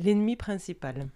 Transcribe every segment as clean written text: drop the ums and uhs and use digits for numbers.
L'ennemi principal.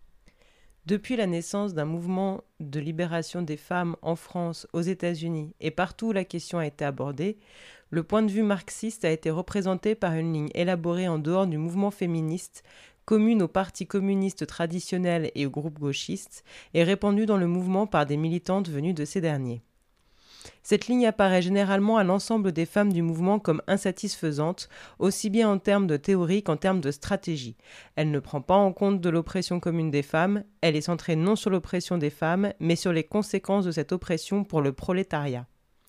Depuis la naissance d'un mouvement de libération des femmes en France, aux États-Unis et partout où la question a été abordée, le point de vue marxiste a été représenté par une ligne élaborée en dehors du mouvement féministe, commune aux partis communistes traditionnels et aux groupes gauchistes, et répandue dans le mouvement par des militantes venues de ces derniers. Cette ligne apparaît généralement à l'ensemble des femmes du mouvement comme insatisfaisante, aussi bien en termes de théorie qu'en termes de stratégie. Elle ne prend pas en compte de l'oppression commune des femmes, elle est centrée non sur l'oppression des femmes, mais sur les conséquences de cette oppression pour le prolétariat.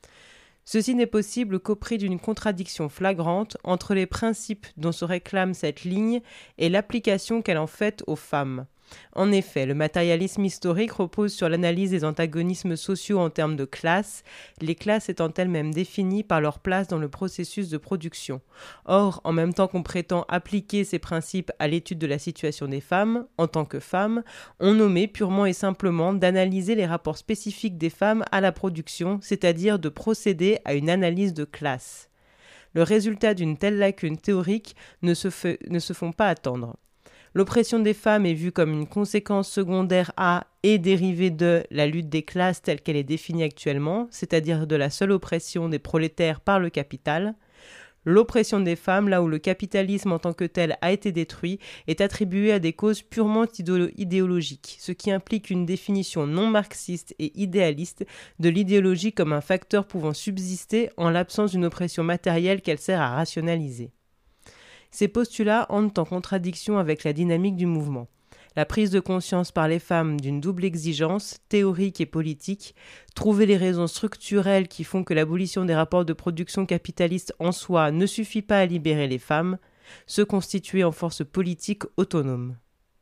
Ceci n'est possible qu'au prix d'une contradiction flagrante entre les principes dont se réclame cette ligne et l'application qu'elle en fait aux femmes. En effet, le matérialisme historique repose sur l'analyse des antagonismes sociaux en termes de classes, les classes étant elles-mêmes définies par leur place dans le processus de production. Or, en même temps qu'on prétend appliquer ces principes à l'étude de la situation des femmes, en tant que femmes, on omet purement et simplement d'analyser les rapports spécifiques des femmes à la production, c'est-à-dire de procéder à une analyse de classe. Le résultat d'une telle lacune théorique ne se font pas attendre. L'oppression des femmes est vue comme une conséquence secondaire à et dérivée de la lutte des classes telle qu'elle est définie actuellement, c'est-à-dire de la seule oppression des prolétaires par le capital. L'oppression des femmes, là où le capitalisme en tant que tel a été détruit, est attribuée à des causes purement idéologiques, ce qui implique une définition non marxiste et idéaliste de l'idéologie comme un facteur pouvant subsister en l'absence d'une oppression matérielle qu'elle sert à rationaliser. Ces postulats entrent en contradiction avec la dynamique du mouvement. La prise de conscience par les femmes d'une double exigence, théorique et politique, trouver les raisons structurelles qui font que l'abolition des rapports de production capitalistes en soi ne suffit pas à libérer les femmes, se constituer en force politique autonome.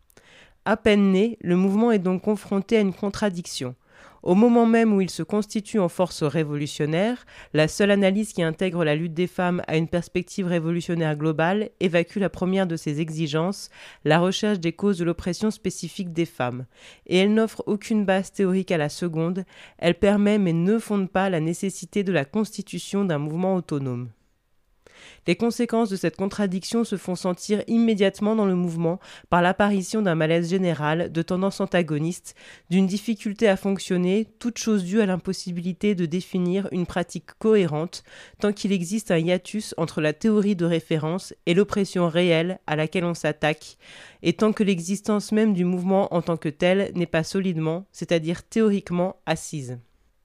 À peine né, le mouvement est donc confronté à une contradiction. Au moment même où il se constitue en force révolutionnaire, la seule analyse qui intègre la lutte des femmes à une perspective révolutionnaire globale évacue la première de ses exigences, la recherche des causes de l'oppression spécifique des femmes. Et elle n'offre aucune base théorique à la seconde, elle permet mais ne fonde pas la nécessité de la constitution d'un mouvement autonome. Les conséquences de cette contradiction se font sentir immédiatement dans le mouvement par l'apparition d'un malaise général, de tendances antagonistes, d'une difficulté à fonctionner, toute chose due à l'impossibilité de définir une pratique cohérente tant qu'il existe un hiatus entre la théorie de référence et l'oppression réelle à laquelle on s'attaque, et tant que l'existence même du mouvement en tant que tel n'est pas solidement, c'est-à-dire théoriquement, assise.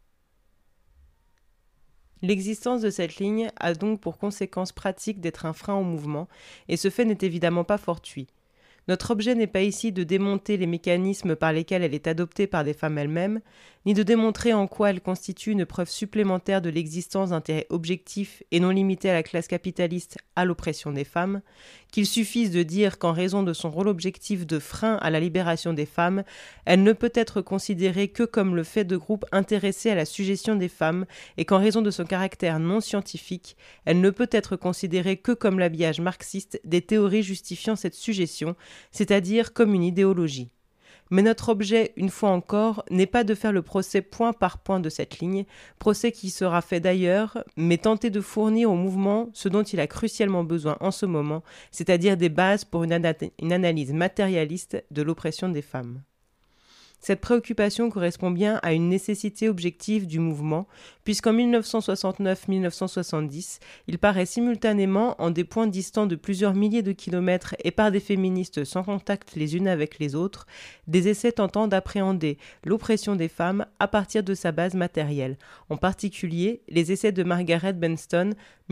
L'existence de cette ligne a donc pour conséquence pratique d'être un frein au mouvement, et ce fait n'est évidemment pas fortuit. Notre objet n'est pas ici de démonter les mécanismes par lesquels elle est adoptée par des femmes elles-mêmes, ni de démontrer en quoi elle constitue une preuve supplémentaire de l'existence d'intérêts objectifs et non limités à la classe capitaliste à l'oppression des femmes, qu'il suffise de dire qu'en raison de son rôle objectif de frein à la libération des femmes, elle ne peut être considérée que comme le fait de groupes intéressés à la suggestion des femmes et qu'en raison de son caractère non scientifique, elle ne peut être considérée que comme l'habillage marxiste des théories justifiant cette suggestion, c'est-à-dire comme une idéologie. Mais notre objet, une fois encore, n'est pas de faire le procès point par point de cette ligne, procès qui sera fait d'ailleurs, mais tenter de fournir au mouvement ce dont il a crucialement besoin en ce moment, c'est-à-dire des bases pour une analyse matérialiste de l'oppression des femmes. Cette préoccupation correspond bien à une nécessité objective du mouvement, puisqu'en 1969-1970, il paraît simultanément, en des points distants de plusieurs milliers de kilomètres et par des féministes sans contact les unes avec les autres, des essais tentant d'appréhender l'oppression des femmes à partir de sa base matérielle, en particulier les essais de Margaret Benston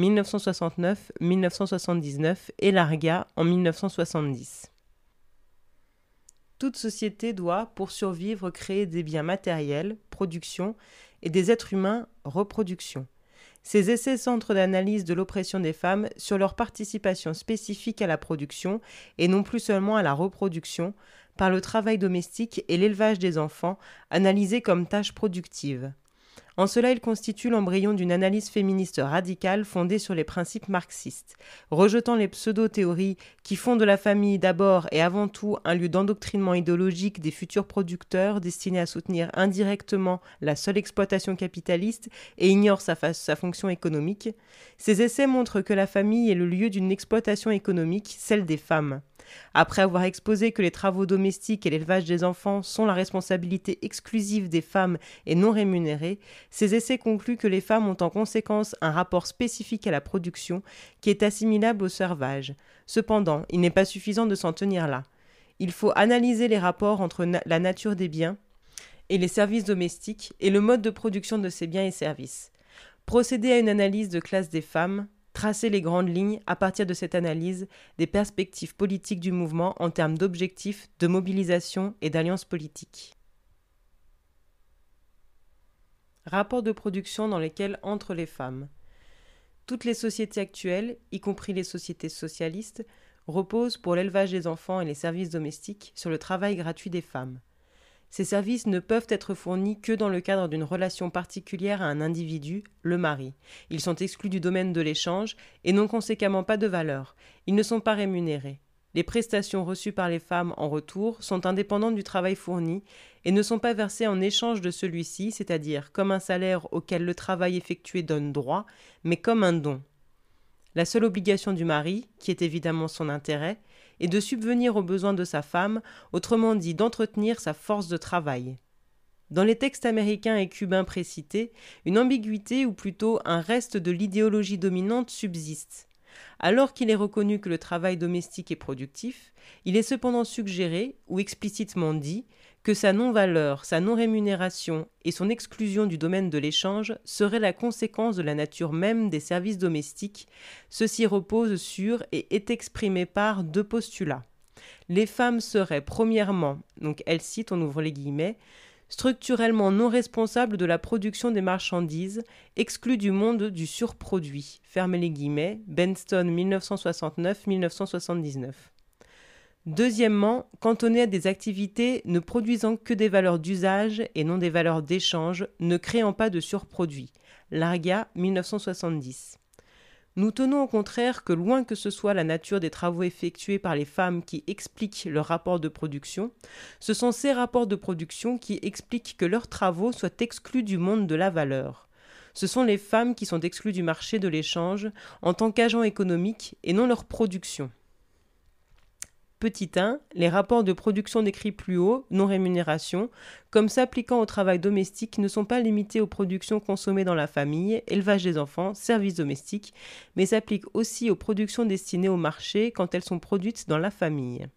1969-1979 et Larga en 1970. Toute société doit, pour survivre, créer des biens matériels, production, et des êtres humains, reproduction. Ces essais centrent l'analyse de l'oppression des femmes sur leur participation spécifique à la production, et non plus seulement à la reproduction, par le travail domestique et l'élevage des enfants, analysés comme tâches productives. En cela, il constitue l'embryon d'une analyse féministe radicale fondée sur les principes marxistes, rejetant les pseudo-théories qui font de la famille d'abord et avant tout un lieu d'endoctrinement idéologique des futurs producteurs destinés à soutenir indirectement la seule exploitation capitaliste et ignorent sa fonction économique. Ces essais montrent que la famille est le lieu d'une exploitation économique, celle des femmes. Après avoir exposé que les travaux domestiques et l'élevage des enfants sont la responsabilité exclusive des femmes et non rémunérés, ces essais concluent que les femmes ont en conséquence un rapport spécifique à la production qui est assimilable au servage. Cependant, il n'est pas suffisant de s'en tenir là. Il faut analyser les rapports entre la nature des biens et les services domestiques et le mode de production de ces biens et services. Procéder à une analyse de classe des femmes, tracer les grandes lignes, à partir de cette analyse, des perspectives politiques du mouvement en termes d'objectifs, de mobilisation et d'alliances politiques. Rapports de production dans lesquels entrent les femmes. Toutes les sociétés actuelles, y compris les sociétés socialistes, reposent pour l'élevage des enfants et les services domestiques sur le travail gratuit des femmes. Ces services ne peuvent être fournis que dans le cadre d'une relation particulière à un individu, le mari. Ils sont exclus du domaine de l'échange et n'ont conséquemment pas de valeur. Ils ne sont pas rémunérés. Les prestations reçues par les femmes en retour sont indépendantes du travail fourni et ne sont pas versées en échange de celui-ci, c'est-à-dire comme un salaire auquel le travail effectué donne droit, mais comme un don. La seule obligation du mari, qui est évidemment son intérêt, est de subvenir aux besoins de sa femme, autrement dit d'entretenir sa force de travail. Dans les textes américains et cubains précités, une ambiguïté ou plutôt un reste de l'idéologie dominante subsiste. Alors qu'il est reconnu que le travail domestique est productif, il est cependant suggéré ou explicitement dit que sa non-valeur, sa non-rémunération et son exclusion du domaine de l'échange seraient la conséquence de la nature même des services domestiques. Ceci repose sur et est exprimé par deux postulats. Les femmes seraient premièrement, donc elle cite, on ouvre les guillemets, structurellement non responsables de la production des marchandises, exclues du monde du surproduit. Fermez les guillemets, Benston 1969-1979. Deuxièmement, cantonnées à des activités ne produisant que des valeurs d'usage et non des valeurs d'échange, ne créant pas de surproduit. Larga 1970. Nous tenons au contraire que loin que ce soit la nature des travaux effectués par les femmes qui expliquent leur rapport de production, ce sont ces rapports de production qui expliquent que leurs travaux soient exclus du monde de la valeur. Ce sont les femmes qui sont exclues du marché de l'échange en tant qu'agents économiques et non leur production. Petit 1, les rapports de production décrits plus haut, non-rémunération, comme s'appliquant au travail domestique, ne sont pas limités aux productions consommées dans la famille, élevage des enfants, services domestiques, mais s'appliquent aussi aux productions destinées au marché quand elles sont produites dans la famille.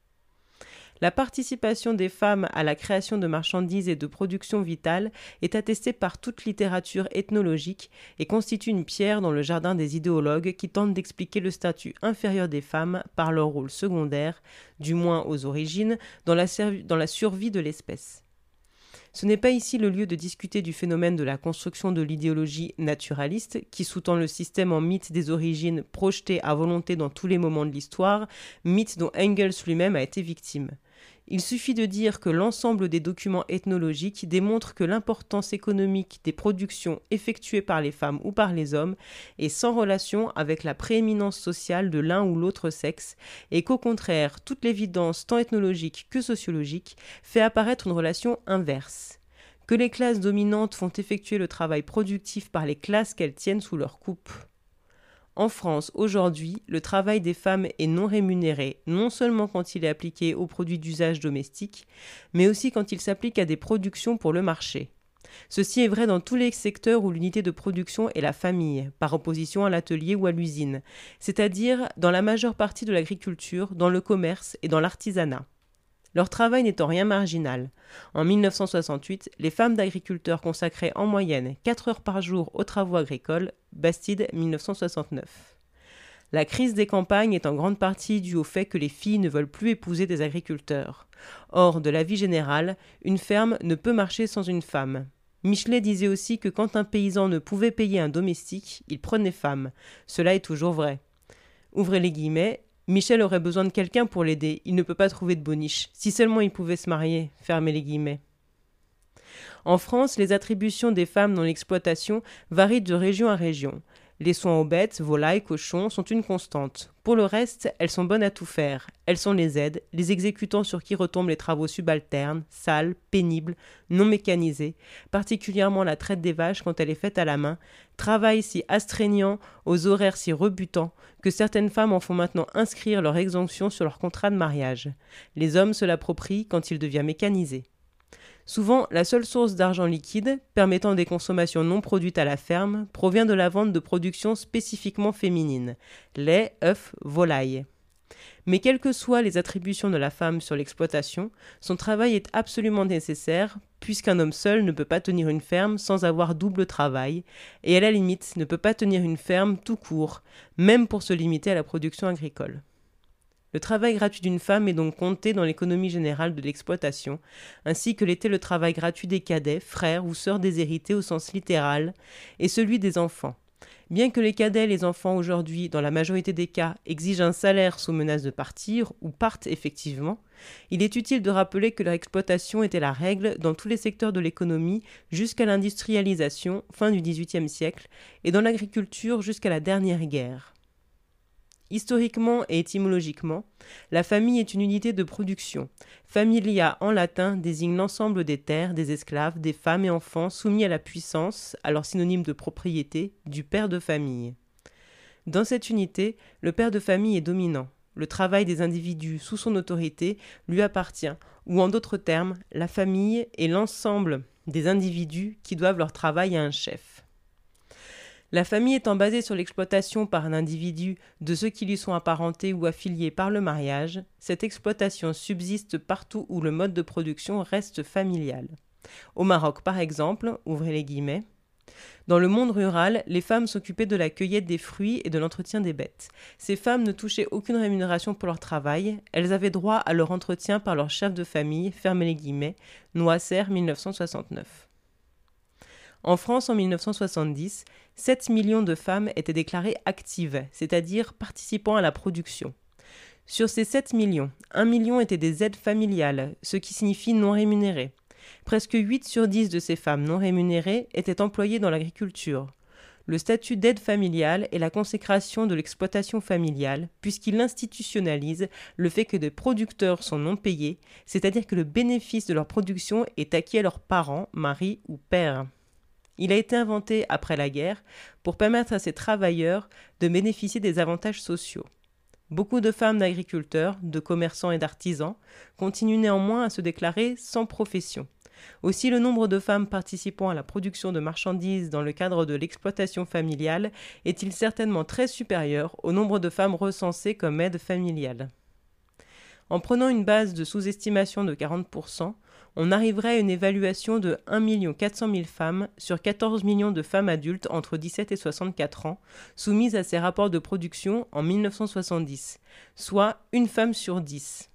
La participation des femmes à la création de marchandises et de productions vitales est attestée par toute littérature ethnologique et constitue une pierre dans le jardin des idéologues qui tentent d'expliquer le statut inférieur des femmes par leur rôle secondaire, du moins aux origines, dans la survie de l'espèce. Ce n'est pas ici le lieu de discuter du phénomène de la construction de l'idéologie naturaliste qui sous-tend le système en mythe des origines projeté à volonté dans tous les moments de l'histoire, mythe dont Engels lui-même a été victime. Il suffit de dire que l'ensemble des documents ethnologiques démontrent que l'importance économique des productions effectuées par les femmes ou par les hommes est sans relation avec la prééminence sociale de l'un ou l'autre sexe et qu'au contraire, toute l'évidence tant ethnologique que sociologique fait apparaître une relation inverse. Que les classes dominantes font effectuer le travail productif par les classes qu'elles tiennent sous leur coupe. En France, aujourd'hui, le travail des femmes est non rémunéré, non seulement quand il est appliqué aux produits d'usage domestique, mais aussi quand il s'applique à des productions pour le marché. Ceci est vrai dans tous les secteurs où l'unité de production est la famille, par opposition à l'atelier ou à l'usine, c'est-à-dire dans la majeure partie de l'agriculture, dans le commerce et dans l'artisanat. Leur travail n'étant rien marginal. En 1968, les femmes d'agriculteurs consacraient en moyenne 4 heures par jour aux travaux agricoles, Bastide 1969. La crise des campagnes est en grande partie due au fait que les filles ne veulent plus épouser des agriculteurs. Or, de la vie générale, une ferme ne peut marcher sans une femme. Michelet disait aussi que quand un paysan ne pouvait payer un domestique, il prenait femme. Cela est toujours vrai. Ouvrez les guillemets. Michel aurait besoin de quelqu'un pour l'aider, il ne peut pas trouver de boniche. Si seulement il pouvait se marier, fermez les guillemets. En France, les attributions des femmes dans l'exploitation varient de région à région. Les soins aux bêtes, volailles, cochons, sont une constante. Pour le reste, elles sont bonnes à tout faire. Elles sont les aides, les exécutants sur qui retombent les travaux subalternes, sales, pénibles, non mécanisés, particulièrement la traite des vaches quand elle est faite à la main, travail si astreignant, aux horaires si rebutants, que certaines femmes en font maintenant inscrire leur exemption sur leur contrat de mariage. Les hommes se l'approprient quand il devient mécanisé. Souvent, la seule source d'argent liquide, permettant des consommations non produites à la ferme, provient de la vente de productions spécifiquement féminines, lait, œufs, volailles. Mais quelles que soient les attributions de la femme sur l'exploitation, son travail est absolument nécessaire, puisqu'un homme seul ne peut pas tenir une ferme sans avoir double travail, et à la limite ne peut pas tenir une ferme tout court, même pour se limiter à la production agricole. Le travail gratuit d'une femme est donc compté dans l'économie générale de l'exploitation, ainsi que l'était le travail gratuit des cadets, frères ou sœurs déshérités au sens littéral, et celui des enfants. Bien que les cadets et les enfants aujourd'hui, dans la majorité des cas, exigent un salaire sous menace de partir, ou partent effectivement, il est utile de rappeler que leur exploitation était la règle dans tous les secteurs de l'économie jusqu'à l'industrialisation, fin du XVIIIe siècle, et dans l'agriculture jusqu'à la dernière guerre. Historiquement et étymologiquement, la famille est une unité de production. Familia en latin désigne l'ensemble des terres, des esclaves, des femmes et enfants soumis à la puissance, alors synonyme de propriété, du père de famille. Dans cette unité, le père de famille est dominant. Le travail des individus sous son autorité lui appartient, ou en d'autres termes, la famille est l'ensemble des individus qui doivent leur travail à un chef. La famille étant basée sur l'exploitation par un individu de ceux qui lui sont apparentés ou affiliés par le mariage, cette exploitation subsiste partout où le mode de production reste familial. Au Maroc, par exemple, ouvrez les guillemets, dans le monde rural, les femmes s'occupaient de la cueillette des fruits et de l'entretien des bêtes. Ces femmes ne touchaient aucune rémunération pour leur travail, elles avaient droit à leur entretien par leur chef de famille, fermez les guillemets, Noisser, 1969. En France, en 1970, 7 millions de femmes étaient déclarées actives, c'est-à-dire participant à la production. Sur ces 7 millions, 1 million étaient des aides familiales, ce qui signifie non rémunérées. Presque 8 sur 10 de ces femmes non rémunérées étaient employées dans l'agriculture. Le statut d'aide familiale est la consécration de l'exploitation familiale, puisqu'il institutionnalise le fait que des producteurs sont non payés, c'est-à-dire que le bénéfice de leur production est acquis à leurs parents, mari ou père. Il a été inventé après la guerre pour permettre à ces travailleurs de bénéficier des avantages sociaux. Beaucoup de femmes d'agriculteurs, de commerçants et d'artisans continuent néanmoins à se déclarer sans profession. Aussi, le nombre de femmes participant à la production de marchandises dans le cadre de l'exploitation familiale est-il certainement très supérieur au nombre de femmes recensées comme aides familiales. En prenant une base de sous-estimation de 40%, on arriverait à une évaluation de 1 400 000 femmes sur 14 millions de femmes adultes entre 17 et 64 ans, soumises à ces rapports de production en 1970, soit une femme sur 10.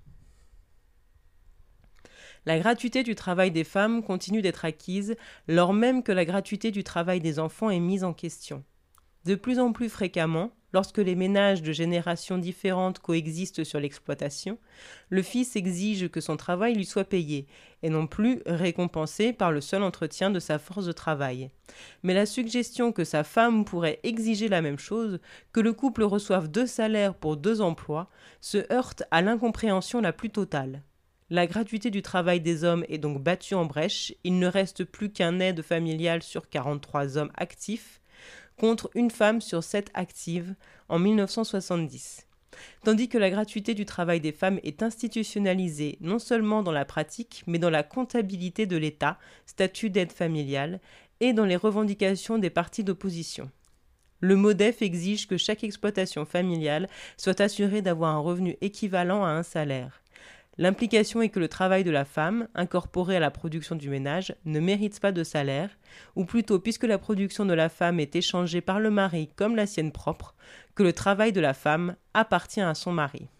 La gratuité du travail des femmes continue d'être acquise, lors même que la gratuité du travail des enfants est mise en question. De plus en plus fréquemment, lorsque les ménages de générations différentes coexistent sur l'exploitation, le fils exige que son travail lui soit payé, et non plus récompensé par le seul entretien de sa force de travail. Mais la suggestion que sa femme pourrait exiger la même chose, que le couple reçoive 2 salaires pour 2 emplois, se heurte à l'incompréhension la plus totale. La gratuité du travail des hommes est donc battue en brèche, il ne reste plus qu'un aide familial sur 43 hommes actifs, contre une femme sur 7 actives en 1970. Tandis que la gratuité du travail des femmes est institutionnalisée non seulement dans la pratique, mais dans la comptabilité de l'État, statut d'aide familiale, et dans les revendications des partis d'opposition. Le MODEF exige que chaque exploitation familiale soit assurée d'avoir un revenu équivalent à un salaire. L'implication est que le travail de la femme, incorporé à la production du ménage, ne mérite pas de salaire, ou plutôt, puisque la production de la femme est échangée par le mari comme la sienne propre, que le travail de la femme appartient à son mari.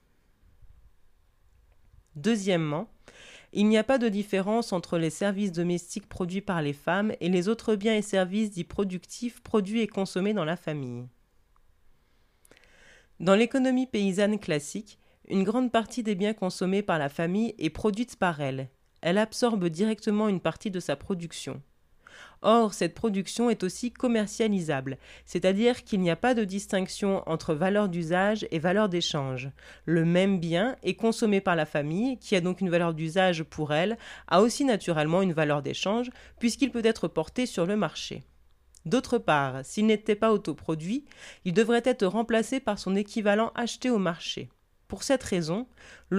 Deuxièmement, il n'y a pas de différence entre les services domestiques produits par les femmes et les autres biens et services dits productifs produits et consommés dans la famille. Dans l'économie paysanne classique, une grande partie des biens consommés par la famille est produite par elle. Elle absorbe directement une partie de sa production. Or, cette production est aussi commercialisable, c'est-à-dire qu'il n'y a pas de distinction entre valeur d'usage et valeur d'échange. Le même bien est consommé par la famille, qui a donc une valeur d'usage pour elle, a aussi naturellement une valeur d'échange, puisqu'il peut être porté sur le marché. D'autre part, s'il n'était pas autoproduit, il devrait être remplacé par son équivalent acheté au marché. Pour cette raison,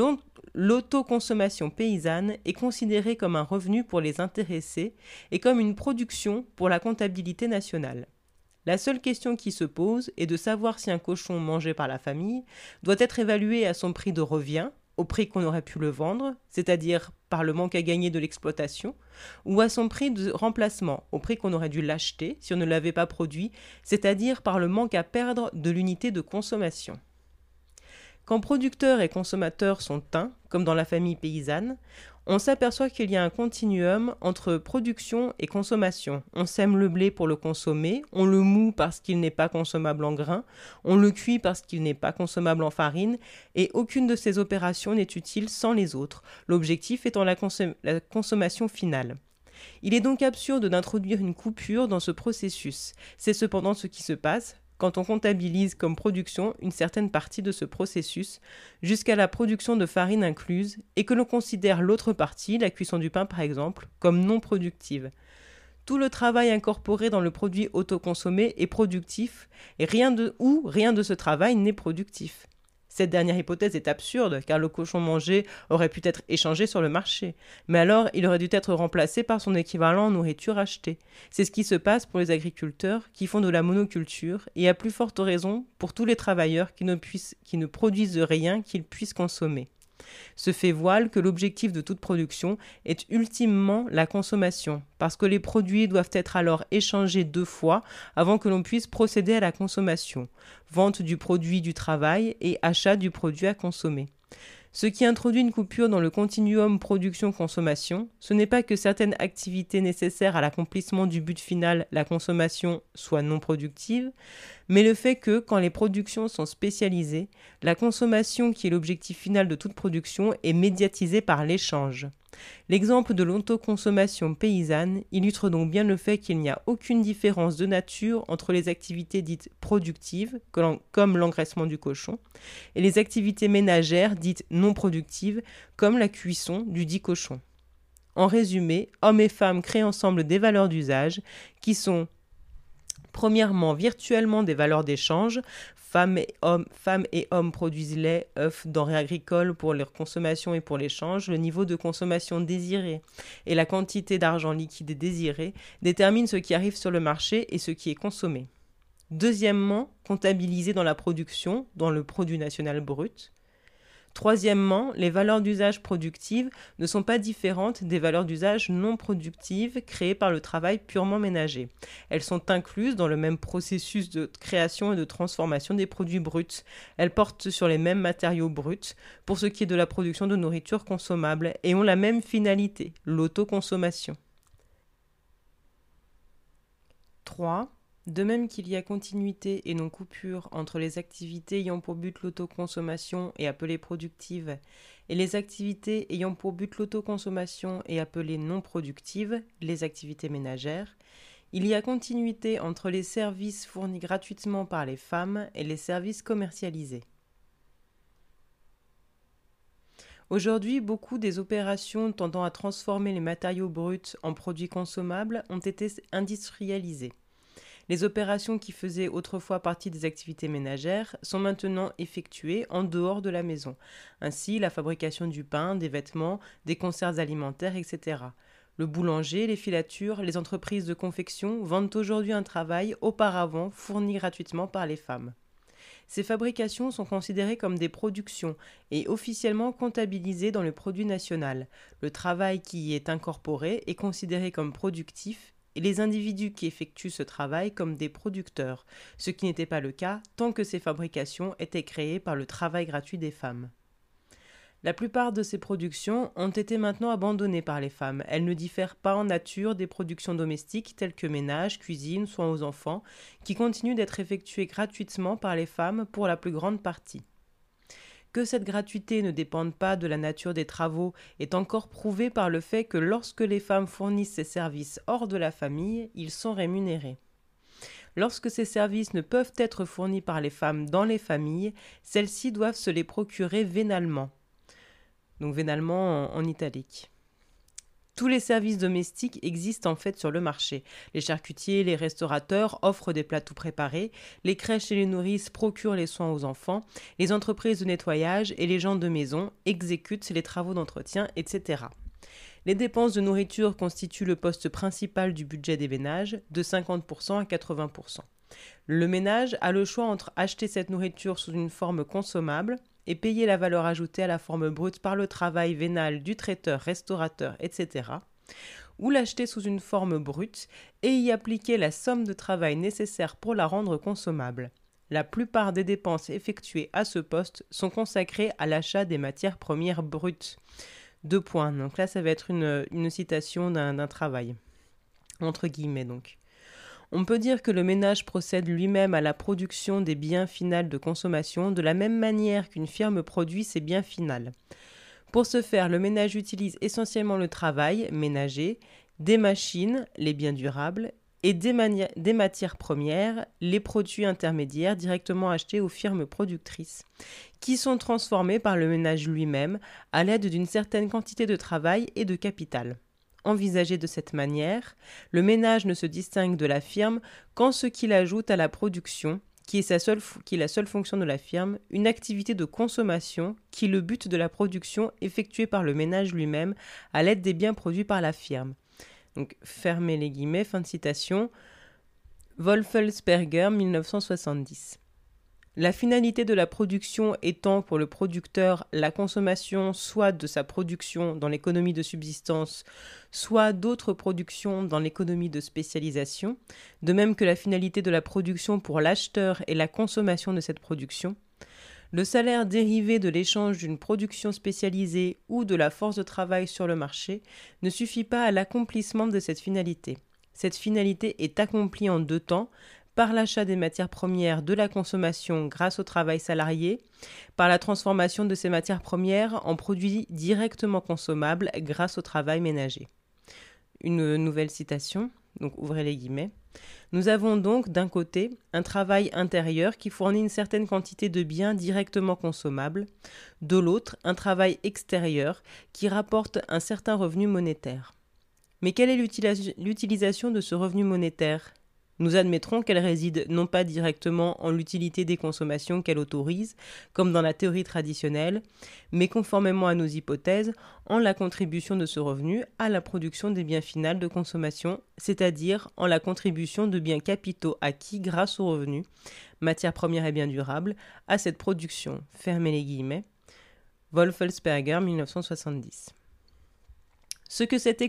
l'autoconsommation paysanne est considérée comme un revenu pour les intéressés et comme une production pour la comptabilité nationale. La seule question qui se pose est de savoir si un cochon mangé par la famille doit être évalué à son prix de revient, au prix qu'on aurait pu le vendre, c'est-à-dire par le manque à gagner de l'exploitation, ou à son prix de remplacement, au prix qu'on aurait dû l'acheter si on ne l'avait pas produit, c'est-à-dire par le manque à perdre de l'unité de consommation. Quand producteurs et consommateurs sont un, comme dans la famille paysanne, on s'aperçoit qu'il y a un continuum entre production et consommation. On sème le blé pour le consommer, on le moud parce qu'il n'est pas consommable en grains, on le cuit parce qu'il n'est pas consommable en farine, et aucune de ces opérations n'est utile sans les autres, l'objectif étant la consommation finale. Il est donc absurde d'introduire une coupure dans ce processus. C'est cependant ce qui se passe quand on comptabilise comme production une certaine partie de ce processus, jusqu'à la production de farine incluse, et que l'on considère l'autre partie, la cuisson du pain par exemple, comme non productive. Tout le travail incorporé dans le produit autoconsommé est productif, et rien de ce travail n'est productif. Cette dernière hypothèse est absurde, car le cochon mangé aurait pu être échangé sur le marché, mais alors il aurait dû être remplacé par son équivalent en nourriture achetée. C'est ce qui se passe pour les agriculteurs qui font de la monoculture, et à plus forte raison pour tous les travailleurs qui ne produisent rien qu'ils puissent consommer. Ce fait voile que l'objectif de toute production est ultimement la consommation, parce que les produits doivent être alors échangés 2 fois avant que l'on puisse procéder à la consommation, vente du produit du travail et achat du produit à consommer. Ce qui introduit une coupure dans le continuum production-consommation, ce n'est pas que certaines activités nécessaires à l'accomplissement du but final, la consommation, soient non productives, mais le fait que, quand les productions sont spécialisées, la consommation qui est l'objectif final de toute production est médiatisée par l'échange. L'exemple de l'autoconsommation paysanne illustre donc bien le fait qu'il n'y a aucune différence de nature entre les activités dites productives, comme l'engraissement du cochon, et les activités ménagères dites non productives, comme la cuisson du dit cochon. En résumé, hommes et femmes créent ensemble des valeurs d'usage qui sont premièrement virtuellement des valeurs d'échange. Femmes et hommes produisent lait, œufs, denrées agricoles pour leur consommation et pour l'échange. Le niveau de consommation désiré et la quantité d'argent liquide désiré déterminent ce qui arrive sur le marché et ce qui est consommé. Deuxièmement, comptabilisé dans la production, dans le produit national brut. Troisièmement, les valeurs d'usage productives ne sont pas différentes des valeurs d'usage non productives créées par le travail purement ménager. Elles sont incluses dans le même processus de création et de transformation des produits bruts. Elles portent sur les mêmes matériaux bruts pour ce qui est de la production de nourriture consommable et ont la même finalité, l'autoconsommation. 3. De même qu'il y a continuité et non coupure entre les activités ayant pour but l'autoconsommation et appelées productives et les activités ayant pour but l'autoconsommation et appelées non productives, les activités ménagères, il y a continuité entre les services fournis gratuitement par les femmes et les services commercialisés. Aujourd'hui, beaucoup des opérations tendant à transformer les matériaux bruts en produits consommables ont été industrialisées. Les opérations qui faisaient autrefois partie des activités ménagères sont maintenant effectuées en dehors de la maison. Ainsi, la fabrication du pain, des vêtements, des conserves alimentaires, etc. Le boulanger, les filatures, les entreprises de confection vendent aujourd'hui un travail auparavant fourni gratuitement par les femmes. Ces fabrications sont considérées comme des productions et officiellement comptabilisées dans le produit national. Le travail qui y est incorporé est considéré comme productif et les individus qui effectuent ce travail comme des producteurs, ce qui n'était pas le cas tant que ces fabrications étaient créées par le travail gratuit des femmes. La plupart de ces productions ont été maintenant abandonnées par les femmes. Elles ne diffèrent pas en nature des productions domestiques telles que ménage, cuisine, soins aux enfants, qui continuent d'être effectuées gratuitement par les femmes pour la plus grande partie. Que cette gratuité ne dépende pas de la nature des travaux est encore prouvé par le fait que lorsque les femmes fournissent ces services hors de la famille, ils sont rémunérés. Lorsque ces services ne peuvent être fournis par les femmes dans les familles, celles-ci doivent se les procurer vénalement. Donc vénalement en italique. Tous les services domestiques existent en fait sur le marché. Les charcutiers, les restaurateurs offrent des plats tout préparés, les crèches et les nourrices procurent les soins aux enfants, les entreprises de nettoyage et les gens de maison exécutent les travaux d'entretien, etc. Les dépenses de nourriture constituent le poste principal du budget des ménages, de 50% à 80%. Le ménage a le choix entre acheter cette nourriture sous une forme consommable et payer la valeur ajoutée à la forme brute par le travail vénal du traiteur, restaurateur, etc., ou l'acheter sous une forme brute et y appliquer la somme de travail nécessaire pour la rendre consommable. La plupart des dépenses effectuées à ce poste sont consacrées à l'achat des matières premières brutes. 2 points. Donc là, ça va être une citation d'un travail, entre guillemets donc. On peut dire que le ménage procède lui-même à la production des biens finals de consommation de la même manière qu'une firme produit ses biens finals. Pour ce faire, le ménage utilise essentiellement le travail ménager, des machines, les biens durables, et des matières premières, les produits intermédiaires directement achetés aux firmes productrices, qui sont transformés par le ménage lui-même à l'aide d'une certaine quantité de travail et de capital. Envisagé de cette manière, le ménage ne se distingue de la firme qu'en ce qu'il ajoute à la production, qui est la seule fonction de la firme, une activité de consommation qui est le but de la production effectuée par le ménage lui-même à l'aide des biens produits par la firme. Donc, fermez les guillemets, fin de citation. Wolfelsperger, 1970. La finalité de la production étant pour le producteur la consommation soit de sa production dans l'économie de subsistance, soit d'autres productions dans l'économie de spécialisation, de même que la finalité de la production pour l'acheteur est la consommation de cette production, le salaire dérivé de l'échange d'une production spécialisée ou de la force de travail sur le marché ne suffit pas à l'accomplissement de cette finalité. Cette finalité est accomplie en 2 temps, par l'achat des matières premières de la consommation grâce au travail salarié, par la transformation de ces matières premières en produits directement consommables grâce au travail ménager. Une nouvelle citation, donc ouvrez les guillemets. Nous avons donc d'un côté un travail intérieur qui fournit une certaine quantité de biens directement consommables, de l'autre un travail extérieur qui rapporte un certain revenu monétaire. Mais quelle est l'utilisation de ce revenu monétaire ? Nous admettrons qu'elle réside non pas directement en l'utilité des consommations qu'elle autorise, comme dans la théorie traditionnelle, mais conformément à nos hypothèses, en la contribution de ce revenu à la production des biens finals de consommation, c'est-à-dire en la contribution de biens capitaux acquis grâce au revenu, matières premières et biens durables, à cette production. Fermez les guillemets. Wolfelsperger, 1970. Ce que cet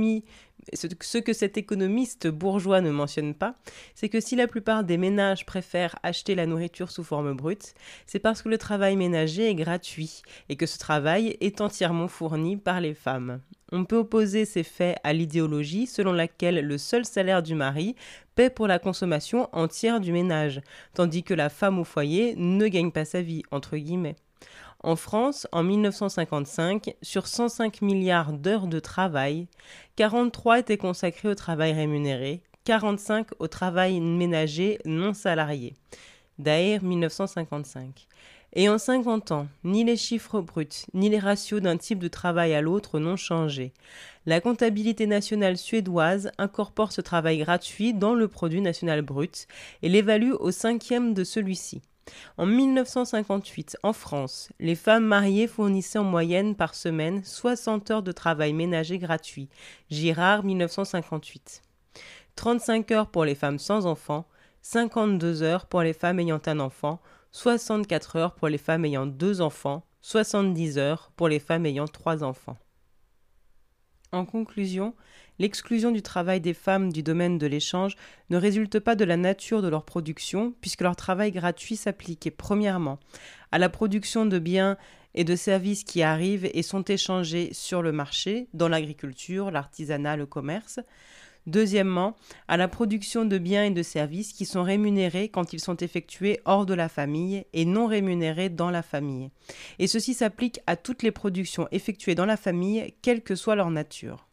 économiste bourgeois ne mentionne pas, c'est que si la plupart des ménages préfèrent acheter la nourriture sous forme brute, c'est parce que le travail ménager est gratuit et que ce travail est entièrement fourni par les femmes. On peut opposer ces faits à l'idéologie selon laquelle le seul salaire du mari paie pour la consommation entière du ménage, tandis que la femme au foyer ne gagne pas sa vie, entre guillemets. En France, en 1955, sur 105 milliards d'heures de travail, 43 étaient consacrées au travail rémunéré, 45 au travail ménager non salarié. Daher, 1955. Et en 50 ans, ni les chiffres bruts, ni les ratios d'un type de travail à l'autre n'ont changé. La comptabilité nationale suédoise incorpore ce travail gratuit dans le produit national brut et l'évalue au 5e de celui-ci. En 1958, en France, les femmes mariées fournissaient en moyenne par semaine 60 heures de travail ménager gratuit. Girard, 1958. 35 heures pour les femmes sans enfants, 52 heures pour les femmes ayant un enfant, 64 heures pour les femmes ayant 2 enfants, 70 heures pour les femmes ayant 3 enfants. En conclusion, l'exclusion du travail des femmes du domaine de l'échange ne résulte pas de la nature de leur production, puisque leur travail gratuit s'applique, premièrement, à la production de biens et de services qui arrivent et sont échangés sur le marché, dans l'agriculture, l'artisanat, le commerce, Deuxièmement, à la production de biens et de services qui sont rémunérés quand ils sont effectués hors de la famille et non rémunérés dans la famille. Et ceci s'applique à toutes les productions effectuées dans la famille, quelle que soit leur nature.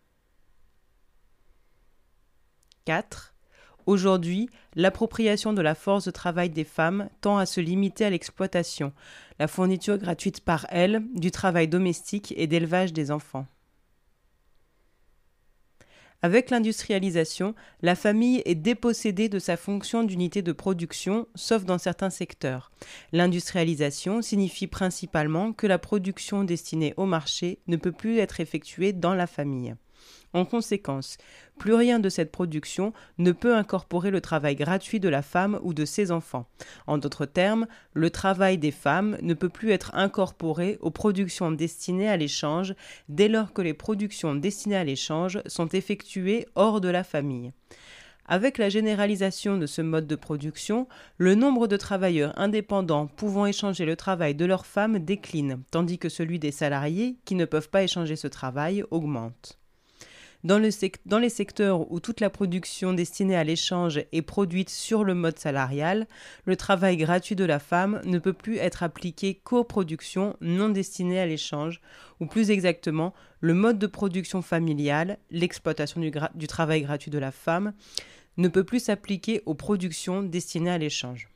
4. Aujourd'hui, l'appropriation de la force de travail des femmes tend à se limiter à l'exploitation, la fourniture gratuite par elles du travail domestique et d'élevage des enfants. Avec l'industrialisation, la famille est dépossédée de sa fonction d'unité de production, sauf dans certains secteurs. L'industrialisation signifie principalement que la production destinée au marché ne peut plus être effectuée dans la famille. En conséquence, plus rien de cette production ne peut incorporer le travail gratuit de la femme ou de ses enfants. En d'autres termes, le travail des femmes ne peut plus être incorporé aux productions destinées à l'échange dès lors que les productions destinées à l'échange sont effectuées hors de la famille. Avec la généralisation de ce mode de production, le nombre de travailleurs indépendants pouvant échanger le travail de leurs femmes décline, tandis que celui des salariés qui ne peuvent pas échanger ce travail augmente. Dans les secteurs où toute la production destinée à l'échange est produite sur le mode salarial, le travail gratuit de la femme ne peut plus être appliqué qu'aux productions non destinées à l'échange, ou plus exactement, le mode de production familiale, l'exploitation du travail gratuit de la femme, ne peut plus s'appliquer aux productions destinées à l'échange.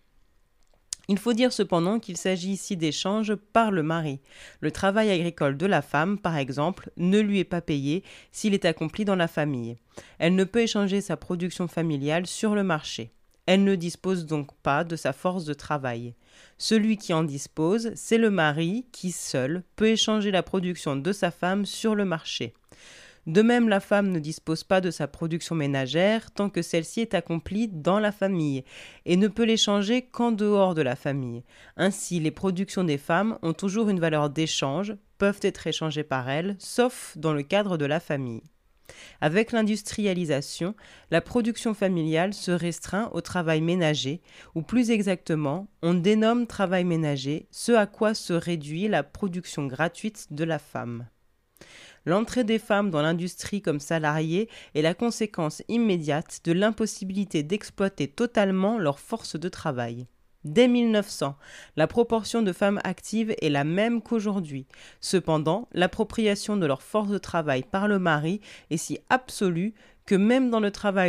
Il faut dire cependant qu'il s'agit ici d'échanges par le mari. Le travail agricole de la femme, par exemple, ne lui est pas payé s'il est accompli dans la famille. Elle ne peut échanger sa production familiale sur le marché. Elle ne dispose donc pas de sa force de travail. Celui qui en dispose, c'est le mari qui, seul, peut échanger la production de sa femme sur le marché. De même, la femme ne dispose pas de sa production ménagère tant que celle-ci est accomplie dans la famille et ne peut l'échanger qu'en dehors de la famille. Ainsi, les productions des femmes ont toujours une valeur d'échange, peuvent être échangées par elles, sauf dans le cadre de la famille. Avec l'industrialisation, la production familiale se restreint au travail ménager, ou plus exactement, on dénomme travail ménager ce à quoi se réduit la production gratuite de la femme. L'entrée des femmes dans l'industrie comme salariées est la conséquence immédiate de l'impossibilité d'exploiter totalement leur force de travail. Dès 1900, la proportion de femmes actives est la même qu'aujourd'hui. Cependant, l'appropriation de leur force de travail par le mari est si absolue que même quand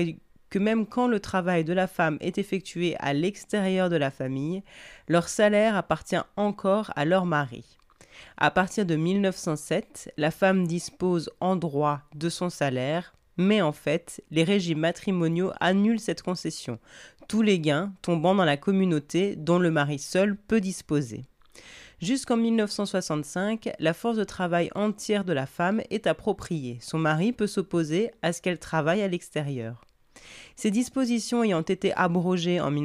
le travail de la femme est effectué à l'extérieur de la famille, leur salaire appartient encore à leur mari. À partir de 1907, la femme dispose en droit de son salaire, mais en fait, les régimes matrimoniaux annulent cette concession, tous les gains tombant dans la communauté dont le mari seul peut disposer. Jusqu'en 1965, la force de travail entière de la femme est appropriée. Son mari peut s'opposer à ce qu'elle travaille à l'extérieur. Ces dispositions ayant été abrogées en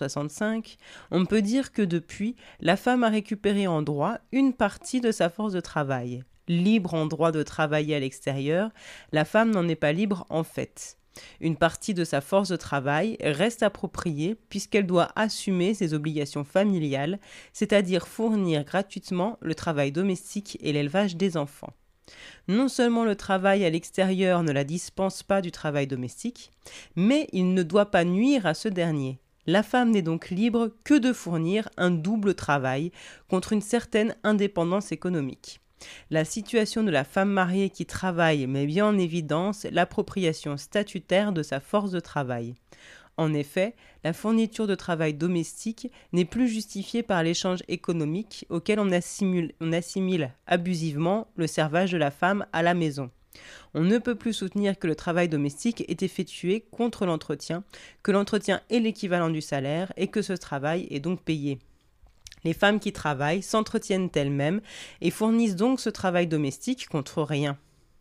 1965, on peut dire que depuis, la femme a récupéré en droit une partie de sa force de travail. Libre en droit de travailler à l'extérieur, la femme n'en est pas libre en fait. Une partie de sa force de travail reste appropriée puisqu'elle doit assumer ses obligations familiales, c'est-à-dire fournir gratuitement le travail domestique et l'élevage des enfants. Non seulement le travail à l'extérieur ne la dispense pas du travail domestique, mais il ne doit pas nuire à ce dernier. La femme n'est donc libre que de fournir un double travail contre une certaine indépendance économique. La situation de la femme mariée qui travaille met bien en évidence l'appropriation statutaire de sa force de travail. En effet, la fourniture de travail domestique n'est plus justifiée par l'échange économique auquel on assimile abusivement le servage de la femme à la maison. On ne peut plus soutenir que le travail domestique est effectué contre l'entretien, que l'entretien est l'équivalent du salaire et que ce travail est donc payé. Les femmes qui travaillent s'entretiennent elles-mêmes et fournissent donc ce travail domestique contre rien.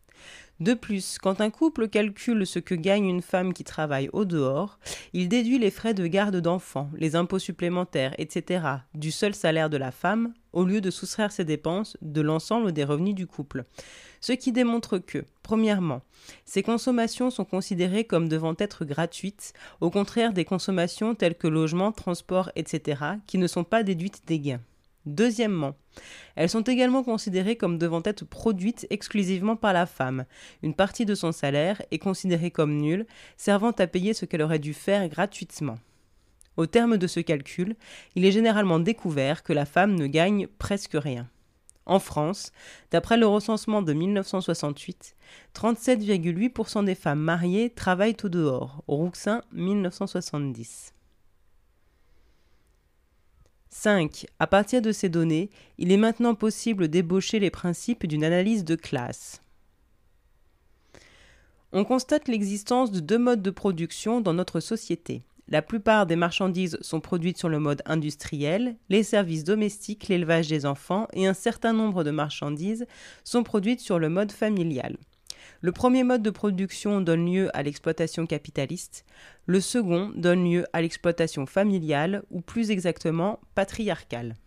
De plus, quand un couple calcule ce que gagne une femme qui travaille au dehors, il déduit les frais de garde d'enfants, les impôts supplémentaires, etc. du seul salaire de la femme, au lieu de soustraire ces dépenses de l'ensemble des revenus du couple. Ce qui démontre que, premièrement, ces consommations sont considérées comme devant être gratuites, au contraire des consommations telles que logement, transport, etc., qui ne sont pas déduites des gains. Deuxièmement, elles sont également considérées comme devant être produites exclusivement par la femme. Une partie de son salaire est considérée comme nulle, servant à payer ce qu'elle aurait dû faire gratuitement. Au terme de ce calcul, il est généralement découvert que la femme ne gagne presque rien. En France, d'après le recensement de 1968, 37,8% des femmes mariées travaillent au dehors, Rouxin 1970. 5. À partir de ces données, il est maintenant possible d'ébaucher les principes d'une analyse de classe. On constate l'existence de deux modes de production dans notre société. La plupart des marchandises sont produites sur le mode industriel, les services domestiques, l'élevage des enfants et un certain nombre de marchandises sont produites sur le mode familial. Le premier mode de production donne lieu à l'exploitation capitaliste, le second donne lieu à l'exploitation familiale ou plus exactement patriarcale.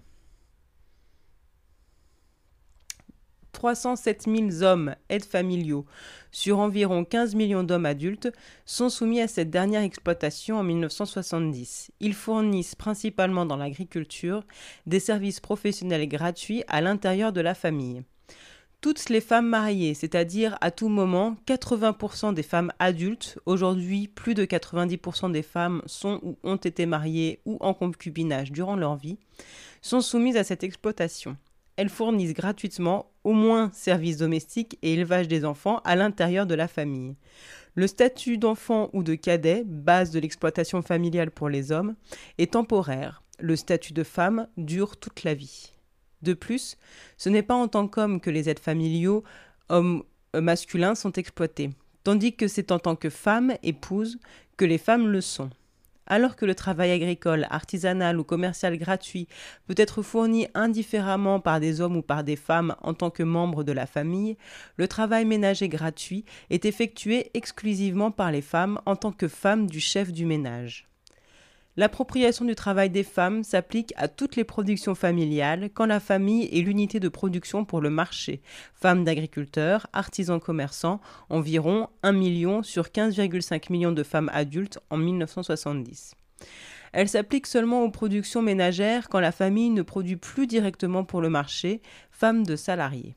307 000 hommes aides familiaux sur environ 15 millions d'hommes adultes sont soumis à cette dernière exploitation en 1970. Ils fournissent principalement dans l'agriculture des services professionnels gratuits à l'intérieur de la famille. Toutes les femmes mariées, c'est-à-dire à tout moment 80% des femmes adultes, aujourd'hui plus de 90% des femmes sont ou ont été mariées ou en concubinage durant leur vie, sont soumises à cette exploitation. Elles fournissent gratuitement au moins services domestiques et élevage des enfants à l'intérieur de la famille. Le statut d'enfant ou de cadet, base de l'exploitation familiale pour les hommes, est temporaire. Le statut de femme dure toute la vie. De plus, ce n'est pas en tant qu'homme que les aides familiaux, hommes masculins, sont exploités, tandis que c'est en tant que femme, épouse, que les femmes le sont. Alors que le travail agricole, artisanal ou commercial gratuit peut être fourni indifféremment par des hommes ou par des femmes en tant que membres de la famille, le travail ménager gratuit est effectué exclusivement par les femmes en tant que femmes du chef du ménage. L'appropriation du travail des femmes s'applique à toutes les productions familiales quand la famille est l'unité de production pour le marché. Femmes d'agriculteurs, artisans commerçants, environ 1 million sur 15,5 millions de femmes adultes en 1970. Elle s'applique seulement aux productions ménagères quand la famille ne produit plus directement pour le marché, femmes de salariés.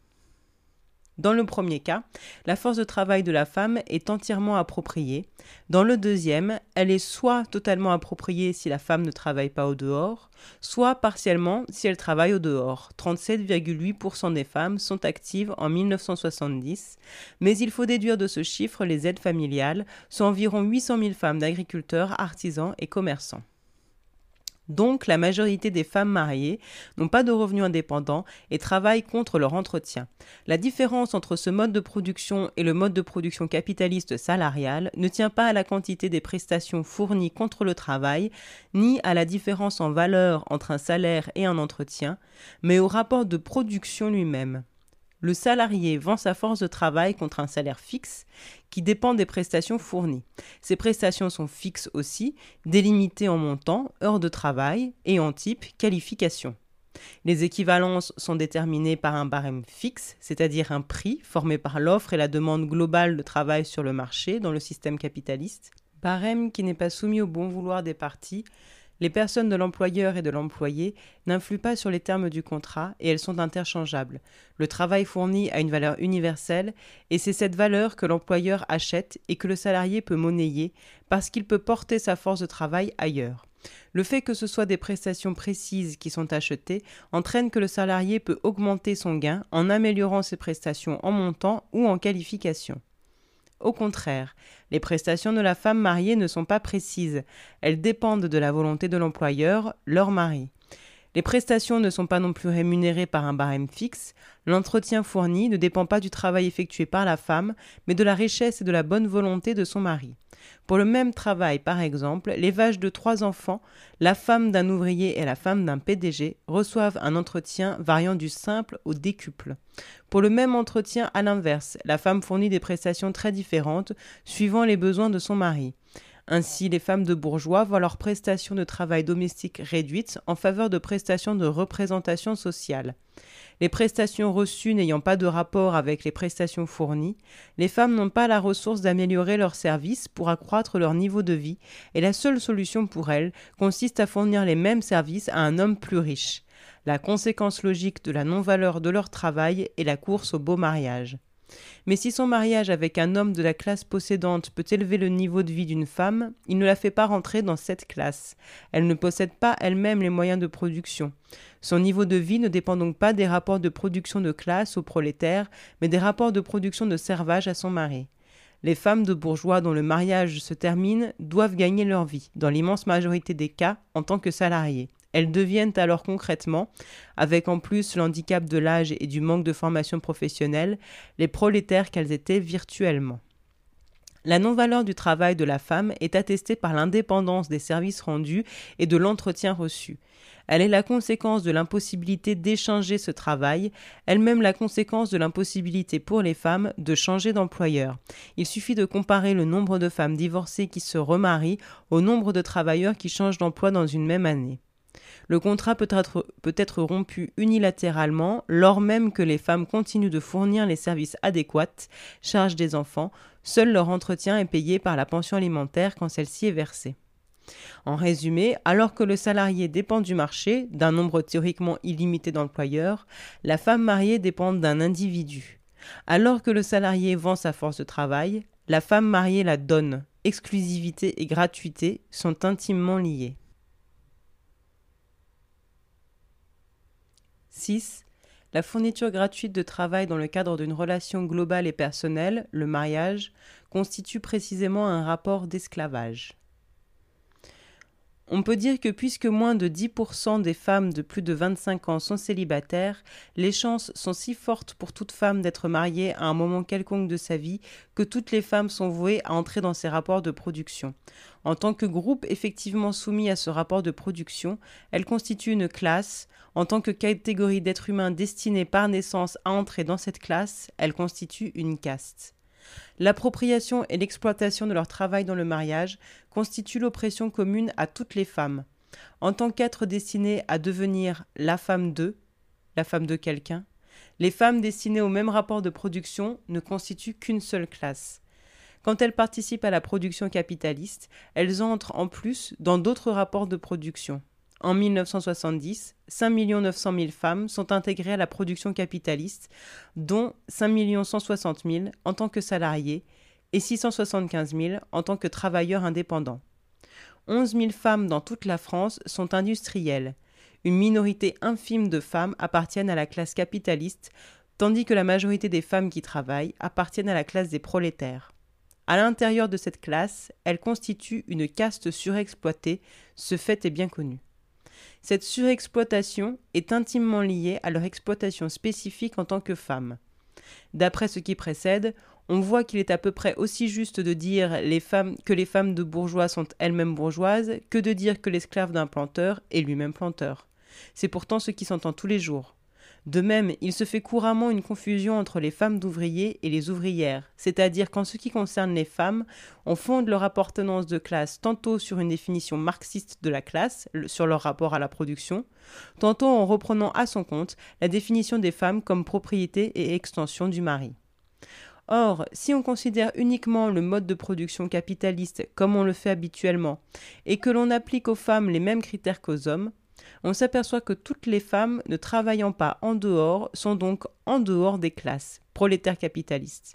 Dans le premier cas, la force de travail de la femme est entièrement appropriée. Dans le deuxième, elle est soit totalement appropriée si la femme ne travaille pas au dehors, soit partiellement si elle travaille au dehors. 37,8% des femmes sont actives en 1970, mais il faut déduire de ce chiffre les aides familiales, soit environ 800 000 femmes d'agriculteurs, artisans et commerçants. Donc, la majorité des femmes mariées n'ont pas de revenus indépendants et travaillent contre leur entretien. La différence entre ce mode de production et le mode de production capitaliste salarial ne tient pas à la quantité des prestations fournies contre le travail, ni à la différence en valeur entre un salaire et un entretien, mais au rapport de production lui-même. Le salarié vend sa force de travail contre un salaire fixe qui dépend des prestations fournies. Ces prestations sont fixes aussi, délimitées en montant, heures de travail et en type, qualification. Les équivalences sont déterminées par un barème fixe, c'est-à-dire un prix formé par l'offre et la demande globale de travail sur le marché dans le système capitaliste, barème qui n'est pas soumis au bon vouloir des parties. Les personnes de l'employeur et de l'employé n'influent pas sur les termes du contrat et elles sont interchangeables. Le travail fourni a une valeur universelle et c'est cette valeur que l'employeur achète et que le salarié peut monnayer parce qu'il peut porter sa force de travail ailleurs. Le fait que ce soit des prestations précises qui sont achetées entraîne que le salarié peut augmenter son gain en améliorant ses prestations en montant ou en qualification. Au contraire, les prestations de la femme mariée ne sont pas précises. Elles dépendent de la volonté de l'employeur, leur mari. Les prestations ne sont pas non plus rémunérées par un barème fixe. L'entretien fourni ne dépend pas du travail effectué par la femme, mais de la richesse et de la bonne volonté de son mari. Pour le même travail, par exemple, l'élevage de 3 enfants, la femme d'un ouvrier et la femme d'un PDG reçoivent un entretien variant du simple au décuple. Pour le même entretien, à l'inverse, la femme fournit des prestations très différentes suivant les besoins de son mari. Ainsi, les femmes de bourgeois voient leurs prestations de travail domestique réduites en faveur de prestations de représentation sociale. Les prestations reçues n'ayant pas de rapport avec les prestations fournies, les femmes n'ont pas la ressource d'améliorer leurs services pour accroître leur niveau de vie et la seule solution pour elles consiste à fournir les mêmes services à un homme plus riche. La conséquence logique de la non-valeur de leur travail est la course au beau mariage. Mais si son mariage avec un homme de la classe possédante peut élever le niveau de vie d'une femme, il ne la fait pas rentrer dans cette classe. Elle ne possède pas elle-même les moyens de production. Son niveau de vie ne dépend donc pas des rapports de production de classe aux prolétaires, mais des rapports de production de servage à son mari. Les femmes de bourgeois dont le mariage se termine doivent gagner leur vie, dans l'immense majorité des cas, en tant que salariées. Elles deviennent alors concrètement, avec en plus l'handicap de l'âge et du manque de formation professionnelle, les prolétaires qu'elles étaient virtuellement. La non-valeur du travail de la femme est attestée par l'indépendance des services rendus et de l'entretien reçu. Elle est la conséquence de l'impossibilité d'échanger ce travail, elle-même la conséquence de l'impossibilité pour les femmes de changer d'employeur. Il suffit de comparer le nombre de femmes divorcées qui se remarient au nombre de travailleurs qui changent d'emploi dans une même année. Le contrat peut être rompu unilatéralement, lors même que les femmes continuent de fournir les services adéquats, charge des enfants, seul leur entretien est payé par la pension alimentaire quand celle-ci est versée. En résumé, alors que le salarié dépend du marché, d'un nombre théoriquement illimité d'employeurs, la femme mariée dépend d'un individu. Alors que le salarié vend sa force de travail, la femme mariée la donne. Exclusivité et gratuité sont intimement liées. 6. La fourniture gratuite de travail dans le cadre d'une relation globale et personnelle, le mariage, constitue précisément un rapport d'esclavage. On peut dire que puisque moins de 10% des femmes de plus de 25 ans sont célibataires, les chances sont si fortes pour toute femme d'être mariée à un moment quelconque de sa vie que toutes les femmes sont vouées à entrer dans ces rapports de production. En tant que groupe effectivement soumis à ce rapport de production, elles constituent une classe. En tant que catégorie d'êtres humains destinés par naissance à entrer dans cette classe, elles constituent une caste. L'appropriation et l'exploitation de leur travail dans le mariage constituent l'oppression commune à toutes les femmes. En tant qu'êtres destinés à devenir la femme de quelqu'un, les femmes destinées au même rapport de production ne constituent qu'une seule classe. Quand elles participent à la production capitaliste, elles entrent en plus dans d'autres rapports de production. En 1970, 5 900 000 femmes sont intégrées à la production capitaliste, dont 5 160 000 en tant que salariées et 675 000 en tant que travailleurs indépendants. 11 000 femmes dans toute la France sont industrielles. Une minorité infime de femmes appartiennent à la classe capitaliste, tandis que la majorité des femmes qui travaillent appartiennent à la classe des prolétaires. À l'intérieur de cette classe, elles constituent une caste surexploitée, ce fait est bien connu. Cette surexploitation est intimement liée à leur exploitation spécifique en tant que femmes. D'après ce qui précède, on voit qu'il est à peu près aussi juste de dire que les femmes de bourgeois sont elles-mêmes bourgeoises que de dire que l'esclave d'un planteur est lui-même planteur. C'est pourtant ce qui s'entend tous les jours. De même, il se fait couramment une confusion entre les femmes d'ouvriers et les ouvrières, c'est-à-dire qu'en ce qui concerne les femmes, on fonde leur appartenance de classe tantôt sur une définition marxiste de la classe, sur leur rapport à la production, tantôt en reprenant à son compte la définition des femmes comme propriété et extension du mari. Or, si on considère uniquement le mode de production capitaliste comme on le fait habituellement, et que l'on applique aux femmes les mêmes critères qu'aux hommes, on s'aperçoit que toutes les femmes ne travaillant pas en dehors sont donc en dehors des classes, prolétaires capitalistes.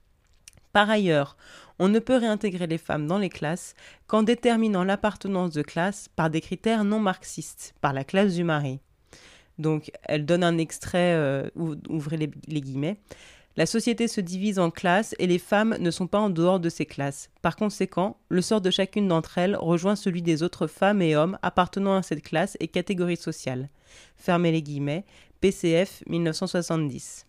Par ailleurs, on ne peut réintégrer les femmes dans les classes qu'en déterminant l'appartenance de classe par des critères non marxistes, par la classe du mari. Donc, elle donne un extrait, ouvrez les guillemets. La société se divise en classes et les femmes ne sont pas en dehors de ces classes. Par conséquent, le sort de chacune d'entre elles rejoint celui des autres femmes et hommes appartenant à cette classe et catégorie sociale. Fermez les guillemets, PCF 1970.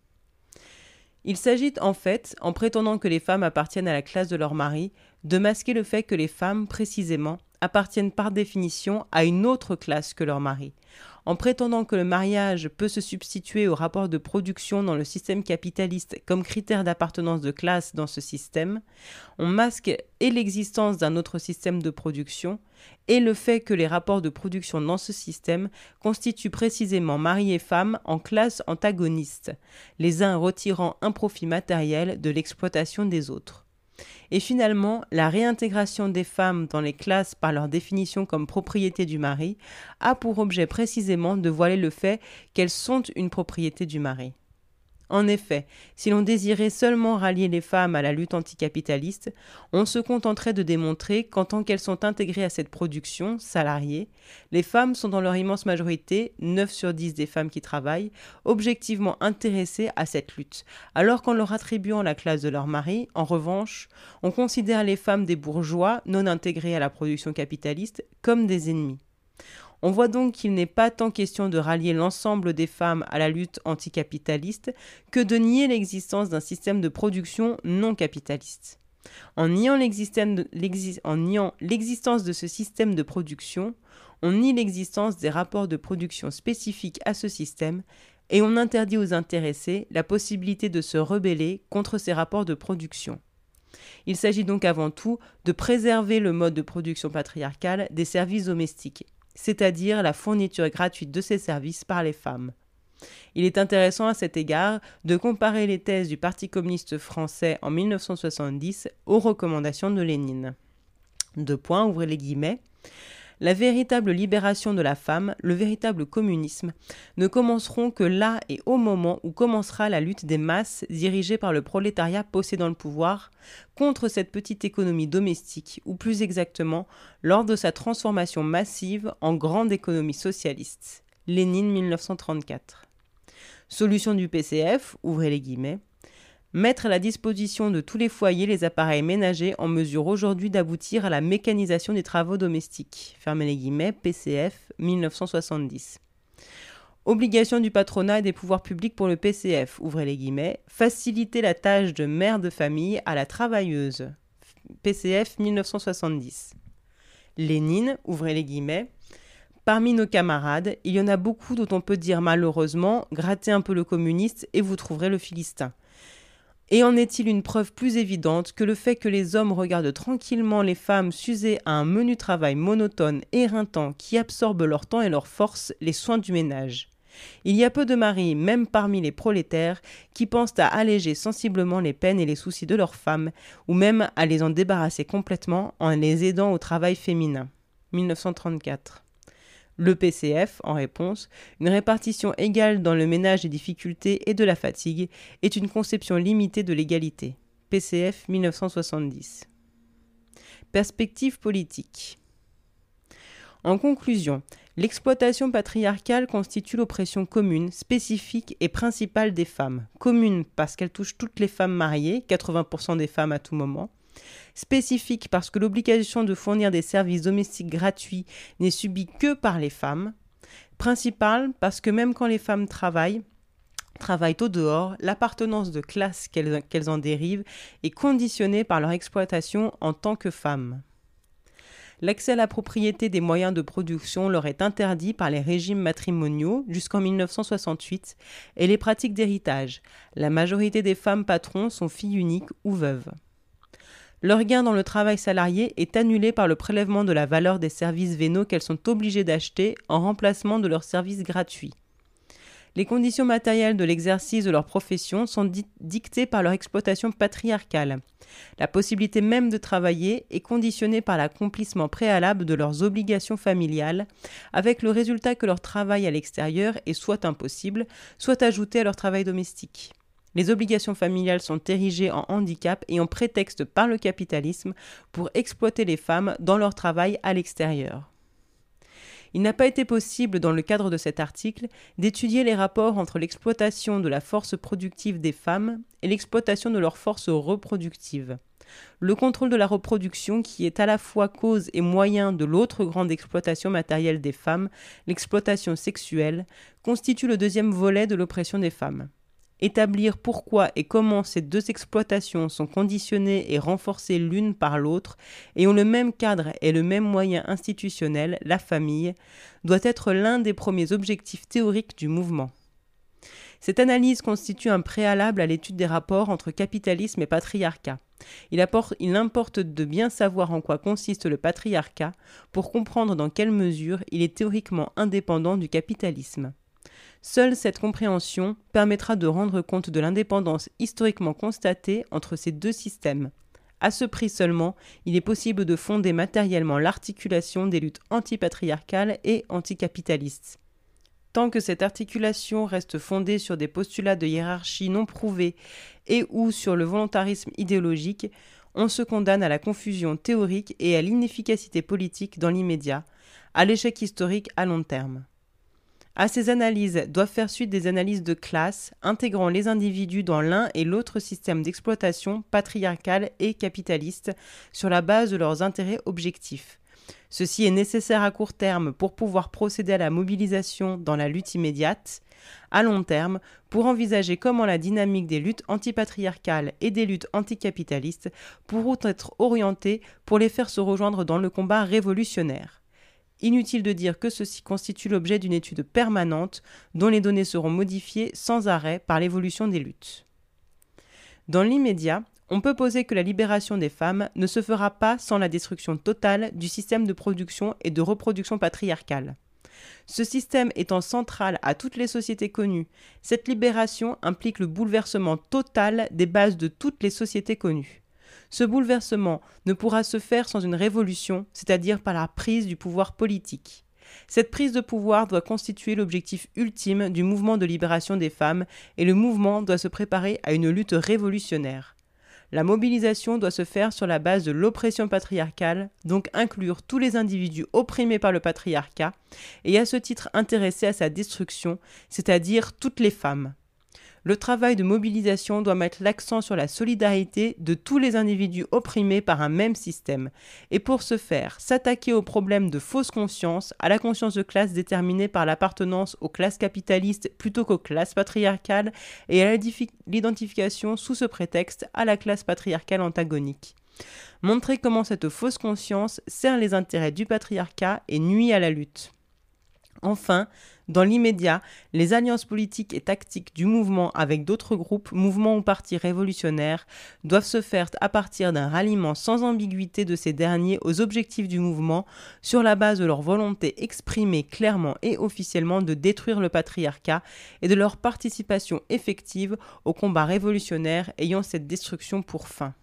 Il s'agit en fait, en prétendant que les femmes appartiennent à la classe de leur mari, de masquer le fait que les femmes, précisément, appartiennent par définition à une autre classe que leur mari. En prétendant que le mariage peut se substituer au rapport de production dans le système capitaliste comme critère d'appartenance de classe dans ce système, on masque et l'existence d'un autre système de production et le fait que les rapports de production dans ce système constituent précisément mari et femme en classes antagonistes, les uns retirant un profit matériel de l'exploitation des autres. Et finalement, la réintégration des femmes dans les classes par leur définition comme propriété du mari a pour objet précisément de voiler le fait qu'elles sont une propriété du mari. En effet, si l'on désirait seulement rallier les femmes à la lutte anticapitaliste, on se contenterait de démontrer qu'en tant qu'elles sont intégrées à cette production, salariée, les femmes sont dans leur immense majorité, 9 sur 10 des femmes qui travaillent, objectivement intéressées à cette lutte, alors qu'en leur attribuant la classe de leur mari, en revanche, on considère les femmes des bourgeois non intégrés à la production capitaliste comme des ennemis. On voit donc qu'il n'est pas tant question de rallier l'ensemble des femmes à la lutte anticapitaliste que de nier l'existence d'un système de production non capitaliste. En niant l'existence de ce système de production, on nie l'existence des rapports de production spécifiques à ce système et on interdit aux intéressés la possibilité de se rebeller contre ces rapports de production. Il s'agit donc avant tout de préserver le mode de production patriarcal des services domestiques, c'est-à-dire la fourniture gratuite de ces services par les femmes. Il est intéressant à cet égard de comparer les thèses du Parti communiste français en 1970 aux recommandations de Lénine. Ouvrez les guillemets. La véritable libération de la femme, le véritable communisme, ne commenceront que là et au moment où commencera la lutte des masses dirigée par le prolétariat possédant le pouvoir contre cette petite économie domestique, ou plus exactement, lors de sa transformation massive en grande économie socialiste. Lénine 1934. Solution du PCF, ouvrez les guillemets. Mettre à la disposition de tous les foyers les appareils ménagers en mesure aujourd'hui d'aboutir à la mécanisation des travaux domestiques. Fermez les guillemets, PCF 1970. Obligation du patronat et des pouvoirs publics pour le PCF, ouvrez les guillemets, faciliter la tâche de mère de famille à la travailleuse. PCF 1970. Lénine, ouvrez les guillemets. Parmi nos camarades, il y en a beaucoup dont on peut dire malheureusement, grattez un peu le communiste et vous trouverez le philistin. Et en est-il une preuve plus évidente que le fait que les hommes regardent tranquillement les femmes s'user à un menu travail monotone, éreintant, qui absorbe leur temps et leur force, les soins du ménage. Il y a peu de maris, même parmi les prolétaires, qui pensent à alléger sensiblement les peines et les soucis de leurs femmes, ou même à les en débarrasser complètement en les aidant au travail féminin. 1934. Le PCF, en réponse, une répartition égale dans le ménage des difficultés et de la fatigue, est une conception limitée de l'égalité. PCF 1970. Perspective politique. En conclusion, l'exploitation patriarcale constitue l'oppression commune, spécifique et principale des femmes. Commune parce qu'elle touche toutes les femmes mariées, 80% des femmes à tout moment. Spécifique parce que l'obligation de fournir des services domestiques gratuits n'est subie que par les femmes. Principale parce que même quand les femmes travaillent au dehors, l'appartenance de classe qu'elles en dérivent est conditionnée par leur exploitation en tant que femmes. L'accès à la propriété des moyens de production leur est interdit par les régimes matrimoniaux jusqu'en 1968 et les pratiques d'héritage. La majorité des femmes patrons sont filles uniques ou veuves. Leur gain dans le travail salarié est annulé par le prélèvement de la valeur des services vénaux qu'elles sont obligées d'acheter en remplacement de leurs services gratuits. Les conditions matérielles de l'exercice de leur profession sont dictées par leur exploitation patriarcale. La possibilité même de travailler est conditionnée par l'accomplissement préalable de leurs obligations familiales, avec le résultat que leur travail à l'extérieur est soit impossible, soit ajouté à leur travail domestique. Les obligations familiales sont érigées en handicap et en prétexte par le capitalisme pour exploiter les femmes dans leur travail à l'extérieur. Il n'a pas été possible, dans le cadre de cet article, d'étudier les rapports entre l'exploitation de la force productive des femmes et l'exploitation de leur force reproductive. Le contrôle de la reproduction, qui est à la fois cause et moyen de l'autre grande exploitation matérielle des femmes, l'exploitation sexuelle, constitue le deuxième volet de l'oppression des femmes. établir pourquoi et comment ces deux exploitations sont conditionnées et renforcées l'une par l'autre et ont le même cadre et le même moyen institutionnel, la famille, doit être l'un des premiers objectifs théoriques du mouvement. Cette analyse constitue un préalable à l'étude des rapports entre capitalisme et patriarcat. Il importe de bien savoir en quoi consiste le patriarcat pour comprendre dans quelle mesure il est théoriquement indépendant du capitalisme. Seule cette compréhension permettra de rendre compte de l'indépendance historiquement constatée entre ces deux systèmes. À ce prix seulement, il est possible de fonder matériellement l'articulation des luttes antipatriarcales et anticapitalistes. Tant que cette articulation reste fondée sur des postulats de hiérarchie non prouvés et ou sur le volontarisme idéologique, on se condamne à la confusion théorique et à l'inefficacité politique dans l'immédiat, à l'échec historique à long terme. À ces analyses doivent faire suite des analyses de classe, intégrant les individus dans l'un et l'autre système d'exploitation patriarcal et capitaliste sur la base de leurs intérêts objectifs. Ceci est nécessaire à court terme pour pouvoir procéder à la mobilisation dans la lutte immédiate, à long terme pour envisager comment la dynamique des luttes antipatriarcales et des luttes anticapitalistes pourront être orientées pour les faire se rejoindre dans le combat révolutionnaire. Inutile de dire que ceci constitue l'objet d'une étude permanente dont les données seront modifiées sans arrêt par l'évolution des luttes. Dans l'immédiat, on peut poser que la libération des femmes ne se fera pas sans la destruction totale du système de production et de reproduction patriarcale. Ce système étant central à toutes les sociétés connues, cette libération implique le bouleversement total des bases de toutes les sociétés connues. Ce bouleversement ne pourra se faire sans une révolution, c'est-à-dire par la prise du pouvoir politique. Cette prise de pouvoir doit constituer l'objectif ultime du mouvement de libération des femmes et le mouvement doit se préparer à une lutte révolutionnaire. La mobilisation doit se faire sur la base de l'oppression patriarcale, donc inclure tous les individus opprimés par le patriarcat et à ce titre intéressés à sa destruction, c'est-à-dire toutes les femmes. Le travail de mobilisation doit mettre l'accent sur la solidarité de tous les individus opprimés par un même système, et pour ce faire, s'attaquer au problème de fausse conscience, à la conscience de classe déterminée par l'appartenance aux classes capitalistes plutôt qu'aux classes patriarcales, et à l'identification sous ce prétexte à la classe patriarcale antagonique. Montrer comment cette fausse conscience sert les intérêts du patriarcat et nuit à la lutte. Enfin, dans l'immédiat, les alliances politiques et tactiques du mouvement avec d'autres groupes, mouvements ou partis révolutionnaires, doivent se faire à partir d'un ralliement sans ambiguïté de ces derniers aux objectifs du mouvement, sur la base de leur volonté exprimée clairement et officiellement de détruire le patriarcat et de leur participation effective au combat révolutionnaire ayant cette destruction pour fin.